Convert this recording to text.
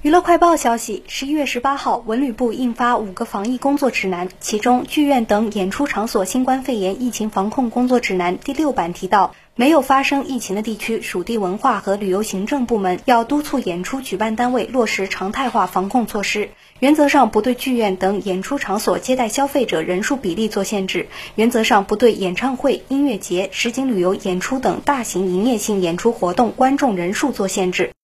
娱乐快报消息，11月18号，文旅部印发5个防疫工作指南，其中剧院等演出场所新冠肺炎疫情防控工作指南第6版提到，没有发生疫情的地区，属地文化和旅游行政部门要督促演出举办单位落实常态化防控措施，原则上不对剧院等演出场所接待消费者人数比例做限制，原则上不对演唱会、音乐节、实景旅游演出等大型营业性演出活动观众人数做限制。